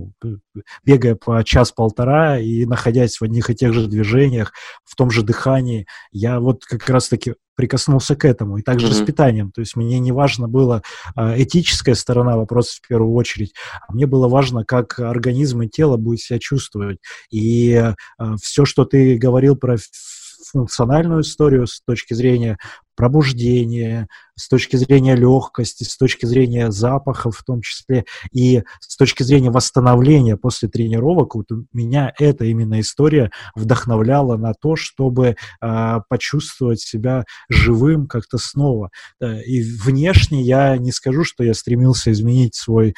бегая по час-полтора и находясь в одних и тех же движениях, в том же дыхании, я вот как раз-таки прикоснулся к этому. И также с питанием. То есть мне не важно было этическая сторона вопроса в первую очередь, а мне было важно, как организм и тело будет себя чувствовать. И все, что ты говорил про функциональную историю с точки зрения пробуждения, с точки зрения легкости, с точки зрения запахов в том числе, и с точки зрения восстановления после тренировок, вот меня эта именно история вдохновляла на то, чтобы почувствовать себя живым как-то снова. И внешне я не скажу, что я стремился изменить свой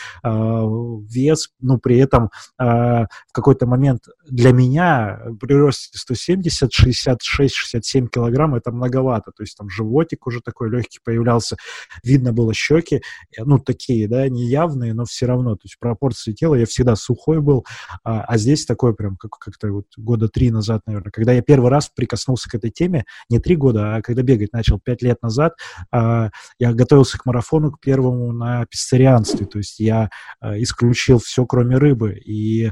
вес, но при этом в какой-то момент для меня при росте 170, 66, 67 килограмм это многовато, то есть там животик уже такой легкий появлялся, видно было щеки, такие, да, неявные, но все равно, то есть пропорции тела, я всегда сухой был, а здесь такой прям, как-то вот года 3 назад, наверное, когда я первый раз прикоснулся к этой теме, не 3 года, а когда бегать начал 5 лет назад, я готовился к марафону, к первому на песцерианстве, то есть я исключил все, кроме рыбы, и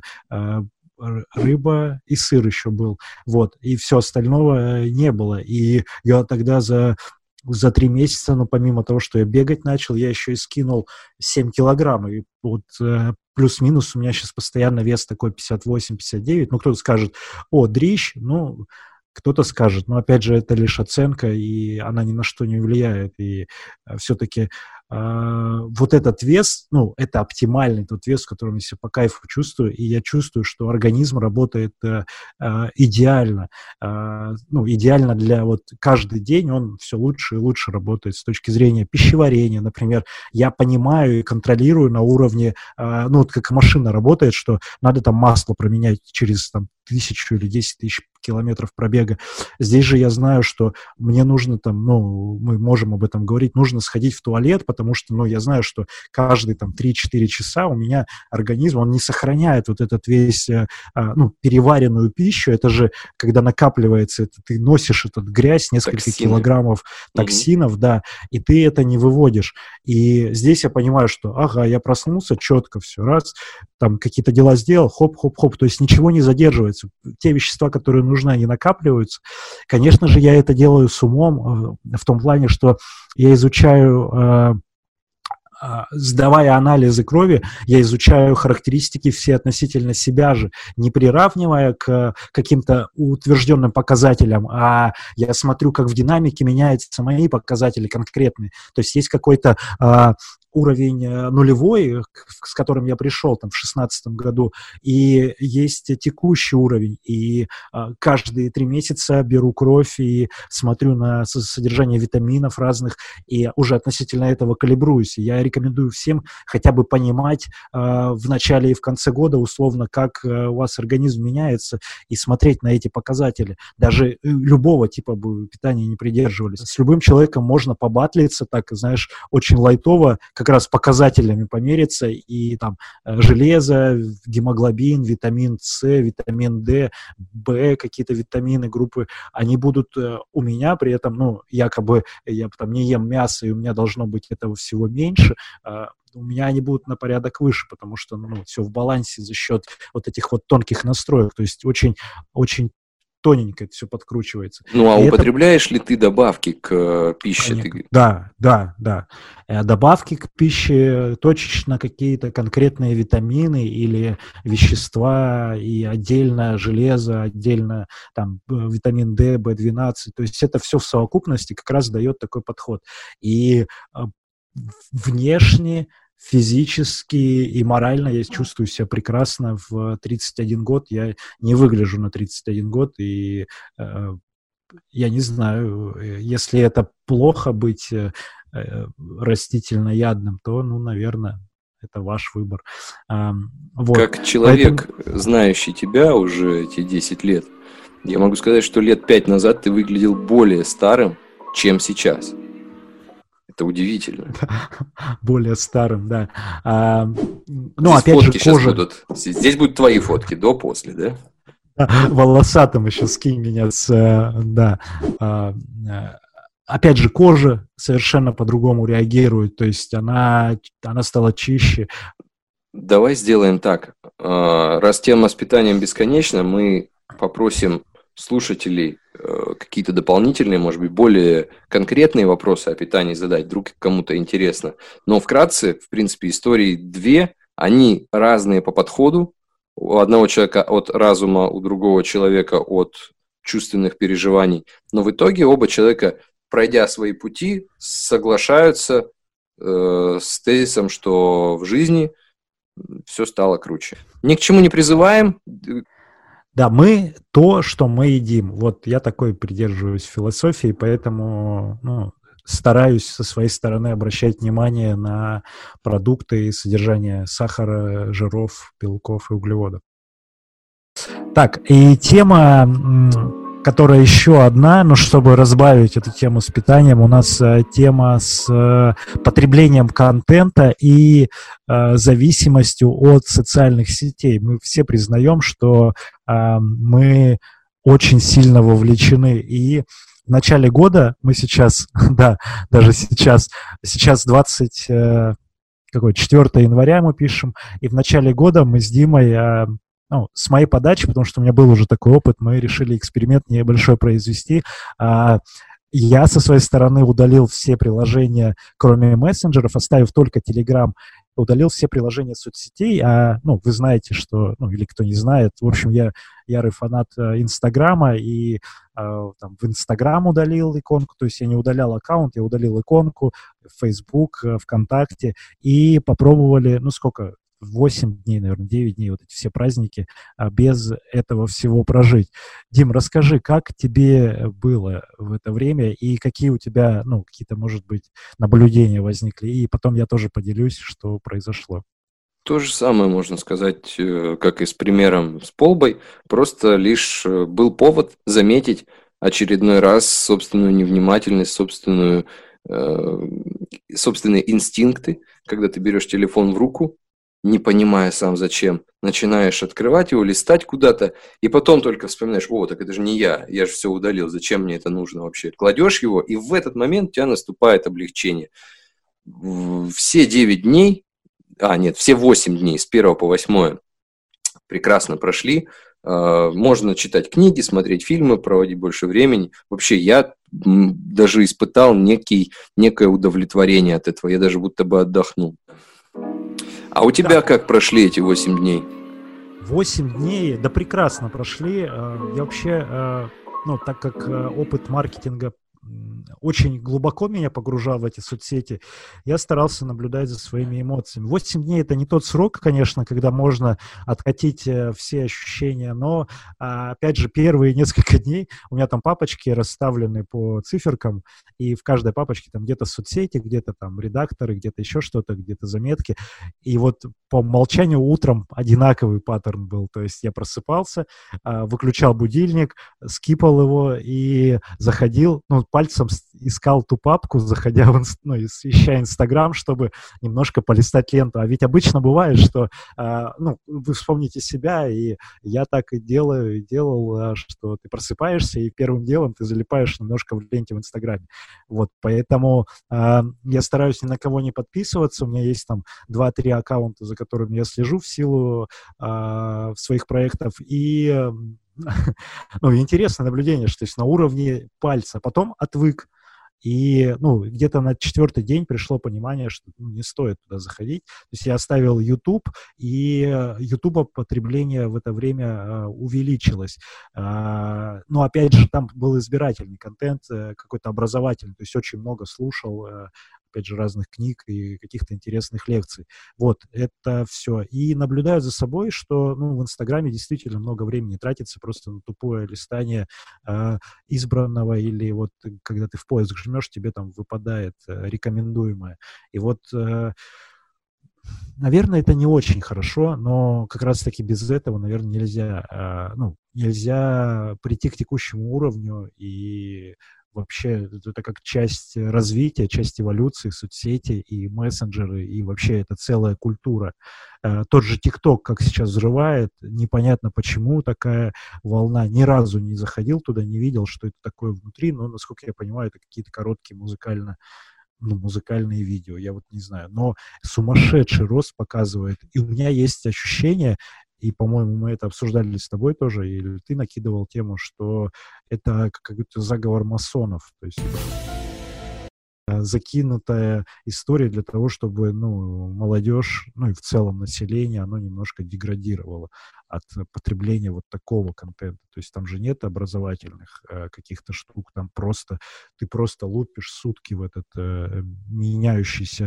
рыба и сыр еще был, вот, и все остального не было, и я тогда за 3 месяца, помимо того, что я бегать начал, я еще и скинул 7 килограмм, и вот плюс-минус у меня сейчас постоянно вес такой 58-59, кто-то скажет, дрищ, кто-то скажет, но опять же это лишь оценка, и она ни на что не влияет, и все-таки вот этот вес, это оптимальный тот вес, в котором я себя по кайфу чувствую, и я чувствую, что организм работает идеально, идеально для вот каждый день он все лучше и лучше работает с точки зрения пищеварения, например, я понимаю и контролирую на уровне, как машина работает, что надо там масло променять через 1000 или 10 тысяч километров пробега. Здесь же я знаю, что мне нужно мы можем об этом говорить, нужно сходить в туалет, потому что, я знаю, что каждые 3-4 часа у меня организм, он не сохраняет вот этот весь, переваренную пищу, это же, когда накапливается, ты носишь этот грязь, несколько килограммов токсинов, да, и ты это не выводишь. И здесь я понимаю, что, я проснулся, четко все, раз, какие-то дела сделал, хоп-хоп-хоп, то есть ничего не задерживается. Те вещества, которые нужны, они накапливаются. Конечно же, я это делаю с умом, в том плане, что я изучаю, сдавая анализы крови, я изучаю характеристики все относительно себя же, не приравнивая к каким-то утвержденным показателям, а я смотрю, как в динамике меняются мои показатели конкретные. То есть есть какой-то уровень нулевой, с которым я пришел в 2016 году, и есть текущий уровень, и каждые 3 месяца беру кровь и смотрю на содержание витаминов разных, и уже относительно этого калибруюсь. Я рекомендую всем хотя бы понимать в начале и в конце года условно, как у вас организм меняется, и смотреть на эти показатели. Даже любого типа бы питания не придерживались. С любым человеком можно побатлиться, так, знаешь, очень лайтово, как раз показателями помериться, и железо, гемоглобин, витамин С, витамин D, В, какие-то витамины группы, они будут у меня, при этом, якобы я не ем мясо, и у меня должно быть этого всего меньше, у меня они будут на порядок выше, потому что, все в балансе за счет вот этих вот тонких настроек, то есть очень, очень тоненько это все подкручивается. Ну, а И употребляешь ли ты добавки к пище? Да. Добавки к пище, точечно какие-то конкретные витамины или вещества, и отдельно железо, отдельно там витамин D, B12. То есть это все в совокупности как раз дает такой подход. И внешне, физически и морально я чувствую себя прекрасно в 31 год. Я не выгляжу на 31 год, и я не знаю, если это плохо быть растительноядным, то, ну, наверное, это ваш выбор. Вот. Как человек, знающий тебя уже эти 10 лет, я могу сказать, что лет 5 назад ты выглядел более старым, чем сейчас. Это удивительно. Более старым, да. Ну, здесь опять фотки же, кожа... сейчас будут. Здесь будут твои фотки, до-после, да? Волосатым еще скинь меня да. Опять же, кожа совершенно по-другому реагирует, то есть она стала чище. Давай сделаем так. Раз тема с питанием бесконечна, мы попросим слушателей какие-то дополнительные, может быть, более конкретные вопросы о питании задать, вдруг кому-то интересно. Но вкратце, в принципе, истории две, они разные по подходу. У одного человека от разума, у другого человека от чувственных переживаний. Но в итоге оба человека, пройдя свои пути, соглашаются с тезисом, что в жизни все стало круче. Ни к чему не призываем. Да, мы то, что мы едим. Вот я такой придерживаюсь философии, поэтому стараюсь со своей стороны обращать внимание на продукты и содержание сахара, жиров, белков и углеводов. Так, и тема, которая еще одна, но чтобы разбавить эту тему с питанием, у нас тема с потреблением контента и зависимостью от социальных сетей. Мы все признаем, что мы очень сильно вовлечены, и в начале года мы сейчас, да, даже сейчас 4 января мы пишем, и в начале года мы с Димой, с моей подачи, потому что у меня был уже такой опыт, мы решили эксперимент небольшой произвести. Я со своей стороны удалил все приложения, кроме мессенджеров, оставив только Telegram, удалил все приложения соцсетей. Вы знаете, что, или кто не знает, в общем, я ярый фанат Инстаграма, и в Инстаграм удалил иконку, то есть я не удалял аккаунт, я удалил иконку, Facebook, ВКонтакте, и попробовали, 8 дней, наверное, 9 дней, вот эти все праздники, без этого всего прожить. Дим, расскажи, как тебе было в это время и какие у тебя, какие-то, может быть, наблюдения возникли, и потом я тоже поделюсь, что произошло. То же самое можно сказать, как и с примером с Полбой, просто лишь был повод заметить очередной раз собственную невнимательность, собственные инстинкты, когда ты берешь телефон в руку, не понимая сам зачем, начинаешь открывать его, листать куда-то, и потом только вспоминаешь: так это же не я же все удалил, зачем мне это нужно вообще? Кладешь его, и в этот момент у тебя наступает облегчение. Все 9 дней, все 8 дней, с 1 по 8 прекрасно прошли. Можно читать книги, смотреть фильмы, проводить больше времени. Вообще, я даже испытал некое удовлетворение от этого, я даже будто бы отдохнул. А у тебя как прошли эти 8 дней? 8 дней, да прекрасно прошли. Я вообще, так как опыт маркетинга очень глубоко меня погружал в эти соцсети, я старался наблюдать за своими эмоциями. 8 дней — это не тот срок, конечно, когда можно откатить все ощущения, но, опять же, первые несколько дней у меня там папочки расставлены по циферкам, и в каждой папочке там где-то соцсети, где-то там редакторы, где-то еще что-то, где-то заметки. И вот по умолчанию утром одинаковый паттерн был. То есть я просыпался, выключал будильник, скипал его и заходил, пальцем искал ту папку, заходя ища Инстаграм, чтобы немножко полистать ленту. А ведь обычно бывает, что, вы вспомните себя, и я так и делал, что ты просыпаешься, и первым делом ты залипаешь немножко в ленте в Инстаграме. Вот, поэтому я стараюсь ни на кого не подписываться. У меня есть там 2-3 аккаунта, за которыми я слежу в силу своих проектов, и ну, интересное наблюдение, что есть на уровне пальца, потом отвык. И, ну, где-то на 4-й день пришло понимание, что не стоит туда заходить. То есть я оставил YouTube, и YouTube потребление в это время увеличилось. Но, опять же, там был избирательный контент, какой-то образовательный, то есть очень много слушал, опять же, разных книг и каких-то интересных лекций. Вот, это все. И наблюдаю за собой, что, ну, в Инстаграме действительно много времени тратится просто на тупое листание избранного, или вот когда ты в поиск жмешь, тебе там выпадает рекомендуемое. И вот, наверное, это не очень хорошо, но как раз-таки без этого, наверное, нельзя прийти к текущему уровню, и вообще это как часть развития, часть эволюции, соцсети и мессенджеры, и вообще это целая культура. Тот же ТикТок, как сейчас взрывает, непонятно почему такая волна. Ни разу не заходил туда, не видел, что это такое внутри, но, насколько я понимаю, это какие-то короткие музыкальные видео, я вот не знаю. Но сумасшедший рост показывает. И у меня есть ощущение, и, по-моему, мы это обсуждали с тобой тоже, или ты накидывал тему, что это какой-то заговор масонов. То есть закинутая история для того, чтобы, ну, молодежь, ну и в целом население, оно немножко деградировало от потребления вот такого контента. То есть там же нет образовательных каких-то штук, там ты просто лупишь сутки в этот меняющийся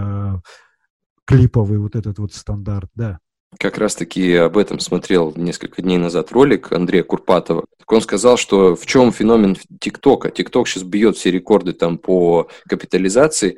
клиповый вот этот вот стандарт, да. Как раз-таки об этом смотрел несколько дней назад ролик Андрея Курпатова. Так он сказал, что в чем феномен ТикТока. ТикТок сейчас бьет все рекорды там по капитализации.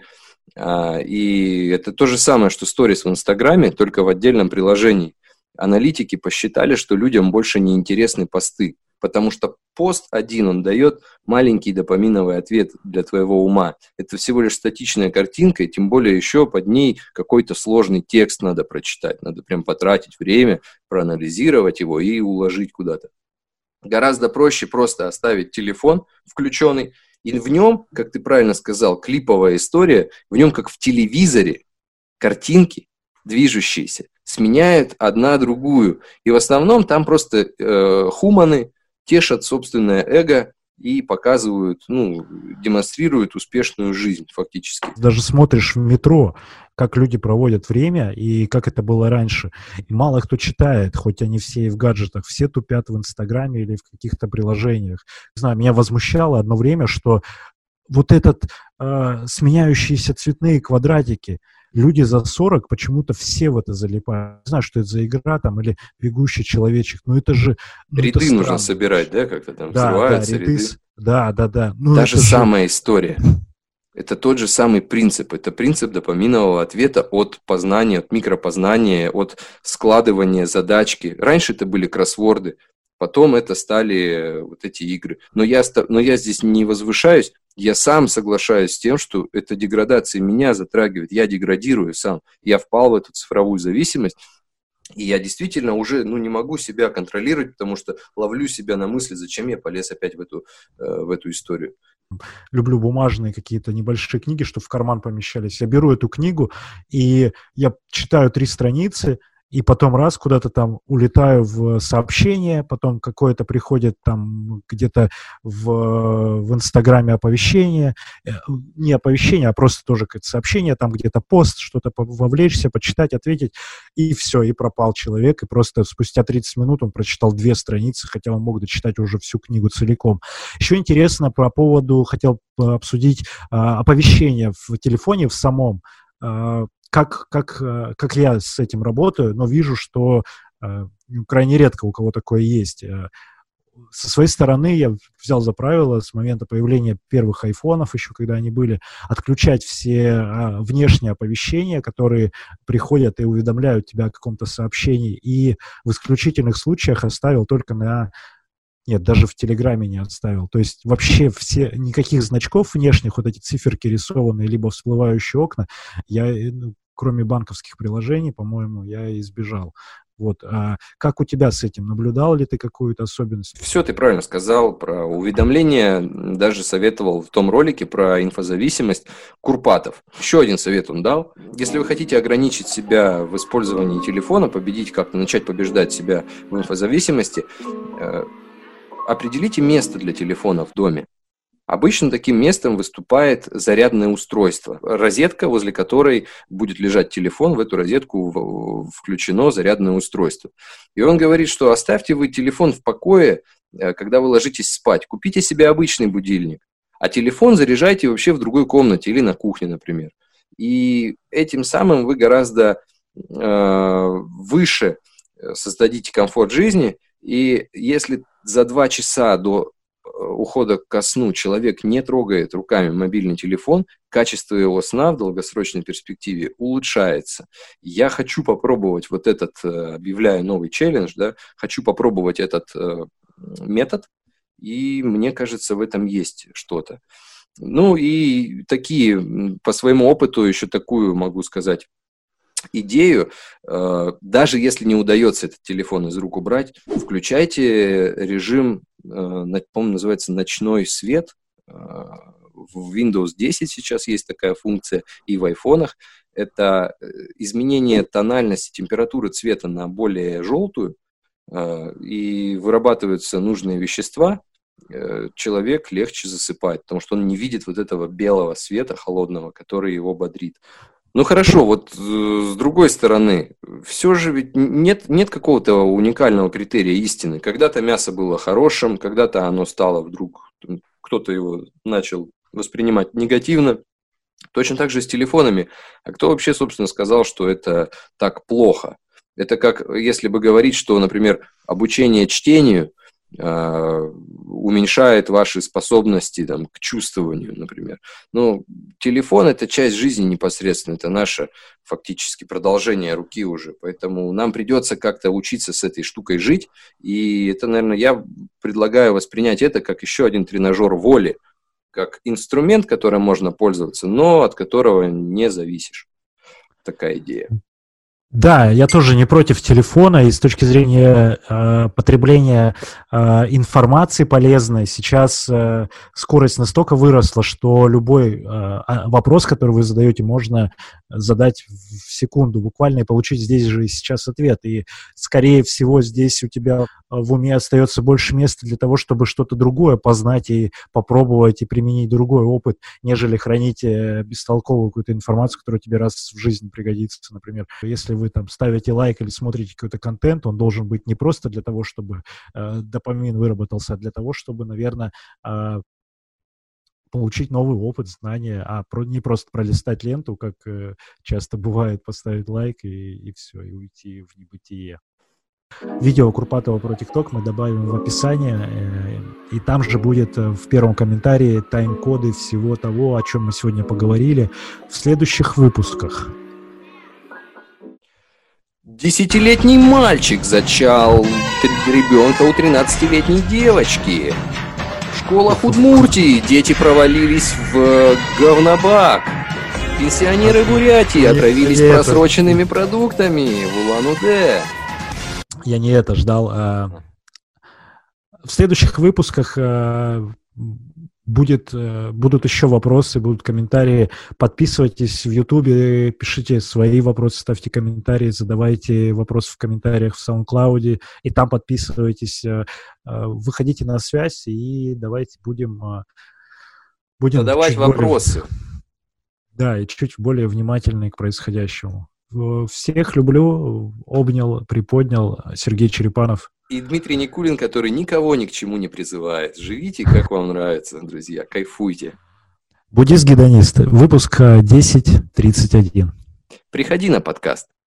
И это то же самое, что сторис в Инстаграме, только в отдельном приложении. Аналитики посчитали, что людям больше не интересны посты. Потому что пост один, он дает маленький допаминовый ответ для твоего ума. Это всего лишь статичная картинка, и тем более еще под ней какой-то сложный текст надо прочитать. Надо прям потратить время, проанализировать его и уложить куда-то. Гораздо проще просто оставить телефон включенный, и в нем, как ты правильно сказал, клиповая история, в нем, как в телевизоре, картинки движущиеся сменяют одна другую. И в основном там просто хуманы тешат собственное эго и показывают, ну, демонстрируют успешную жизнь фактически. Даже смотришь в метро, как люди проводят время и как это было раньше. И мало кто читает, хоть они все и в гаджетах, все тупят в Инстаграме или в каких-то приложениях. Не знаю, меня возмущало одно время, что вот этот сменяющиеся цветные квадратики, люди за 40 почему-то все в это залипают. Не знаю, что это за игра там, или бегущий человечек. Но это же... Ну, ряды это нужно собирать, да, как-то там взрываются ряды. ряды. Да. Ну, та же самая история. Это тот же самый принцип. Это принцип допаминового ответа от познания, от микропознания, от складывания задачки. Раньше это были кроссворды, потом это стали вот эти игры. Но я здесь не возвышаюсь. Я сам соглашаюсь с тем, что эта деградация меня затрагивает. Я деградирую сам. Я впал в эту цифровую зависимость. И я действительно уже не могу себя контролировать, потому что ловлю себя на мысли, зачем я полез опять в эту историю. Люблю бумажные какие-то небольшие книги, что в карман помещались. Я беру эту книгу, и я читаю 3 страницы, и потом раз куда-то там улетаю в сообщение, потом какое-то приходит там где-то в Инстаграме оповещение, не оповещение, а просто тоже какое-то сообщение, там где-то пост, что-то вовлечься, почитать, ответить, и все, и пропал человек, и просто спустя 30 минут он прочитал 2 страницы, хотя он мог дочитать уже всю книгу целиком. Еще интересно хотел обсудить оповещение в телефоне в самом. Как я с этим работаю, но вижу, что крайне редко у кого такое есть. Со своей стороны я взял за правило с момента появления первых айфонов, еще когда они были, отключать все внешние оповещения, которые приходят и уведомляют тебя о каком-то сообщении, и в исключительных случаях оставил только Нет, даже в Телеграме не отставил. То есть вообще никаких значков внешних, вот эти циферки рисованные, либо всплывающие окна, кроме банковских приложений, по-моему, я избежал. Вот. А как у тебя с этим? Наблюдал ли ты какую-то особенность? Все ты правильно сказал про уведомления. Даже советовал в том ролике про инфозависимость Курпатов. Еще один совет он дал. Если вы хотите ограничить себя в использовании телефона, начать побеждать себя в инфозависимости, определите место для телефона в доме. Обычно таким местом выступает зарядное устройство. Розетка, возле которой будет лежать телефон, в эту розетку включено зарядное устройство. И он говорит, что оставьте вы телефон в покое, когда вы ложитесь спать. Купите себе обычный будильник, а телефон заряжайте вообще в другой комнате или на кухне, например. И этим самым вы гораздо выше создадите комфорт жизни. И если за 2 часа до ухода ко сну человек не трогает руками мобильный телефон, качество его сна в долгосрочной перспективе улучшается. Я хочу попробовать вот этот, объявляю новый челлендж, да, хочу попробовать этот метод, и мне кажется, в этом есть что-то. Ну и такие, по своему опыту еще такую могу сказать идею, даже если не удается этот телефон из рук убрать, включайте режим, по-моему, называется ночной свет. В Windows 10 сейчас есть такая функция, и в айфонах. Это изменение тональности, температуры цвета на более желтую, и вырабатываются нужные вещества, человек легче засыпает, потому что он не видит вот этого белого света холодного, который его бодрит. Ну хорошо, вот с другой стороны, все же ведь нет какого-то уникального критерия истины. Когда-то мясо было хорошим, когда-то оно стало вдруг, кто-то его начал воспринимать негативно. Точно так же с телефонами. А кто вообще, собственно, сказал, что это так плохо? Это как если бы говорить, что, например, обучение чтению уменьшает ваши способности там, к чувствованию, например. Но телефон – это часть жизни непосредственно, это наше фактически продолжение руки уже, поэтому нам придется как-то учиться с этой штукой жить, и это, наверное, я предлагаю воспринять это как еще один тренажер воли, как инструмент, которым можно пользоваться, но от которого не зависишь. Такая идея. Да, я тоже не против телефона, и с точки зрения потребления информации полезной, сейчас скорость настолько выросла, что любой вопрос, который вы задаете, можно задать в секунду буквально и получить здесь же и сейчас ответ. И, скорее всего, здесь у тебя в уме остается больше места для того, чтобы что-то другое познать и попробовать и применить другой опыт, нежели хранить бестолковую какую-то информацию, которая тебе раз в жизни пригодится. Например, если вы там ставите лайк или смотрите какой-то контент, он должен быть не просто для того, чтобы допамин выработался, а для того, чтобы, наверное, получить новый опыт, знания, а не просто пролистать ленту, как часто бывает, поставить лайк и все, и уйти в небытие. Видео Курпатова про ТикТок мы добавим в описание, и там же будет в первом комментарии тайм-коды всего того, о чем мы сегодня поговорили в следующих выпусках. 10-летний мальчик зачал ребенка у 13-летней девочки. В школах Удмуртии дети провалились в говнобак. Пенсионеры Бурятии отравились просроченными продуктами в Улан-Удэ. Я не это ждал. В следующих выпусках будут еще вопросы, будут комментарии. Подписывайтесь в Ютубе, пишите свои вопросы, ставьте комментарии, задавайте вопросы в комментариях в SoundCloud, и там подписывайтесь. Выходите на связь, и давайте будем задавать вопросы. Да, и чуть более внимательны к происходящему. Всех люблю, обнял, приподнял. Сергей Черепанов. И Дмитрий Никулин, который никого ни к чему не призывает. Живите, как вам нравится, друзья, кайфуйте. Буддист-гедонист, выпуск 1031. Приходи на подкаст.